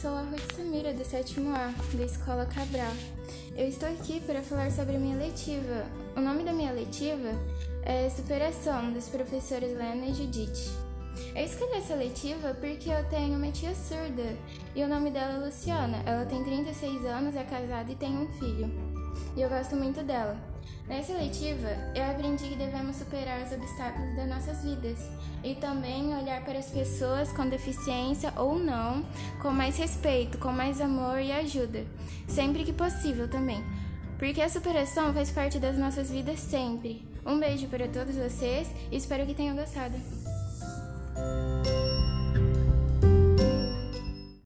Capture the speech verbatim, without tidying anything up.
sou a Ruth Samira, do sétimo A, da Escola Cabral. Eu estou aqui para falar sobre a minha letiva. O nome da minha letiva é Superação, dos professores Lena e Judite. Eu escolhi essa letiva porque eu tenho uma tia surda e o nome dela é Luciana. Ela tem trinta e seis anos, é casada e tem um filho. E eu gosto muito dela. Nessa letiva, eu aprendi que devemos superar os obstáculos das nossas vidas e também olhar para as pessoas com deficiência ou não com mais respeito, com mais amor e ajuda, sempre que possível também, porque a superação faz parte das nossas vidas sempre. Um beijo para todos vocês e espero que tenham gostado.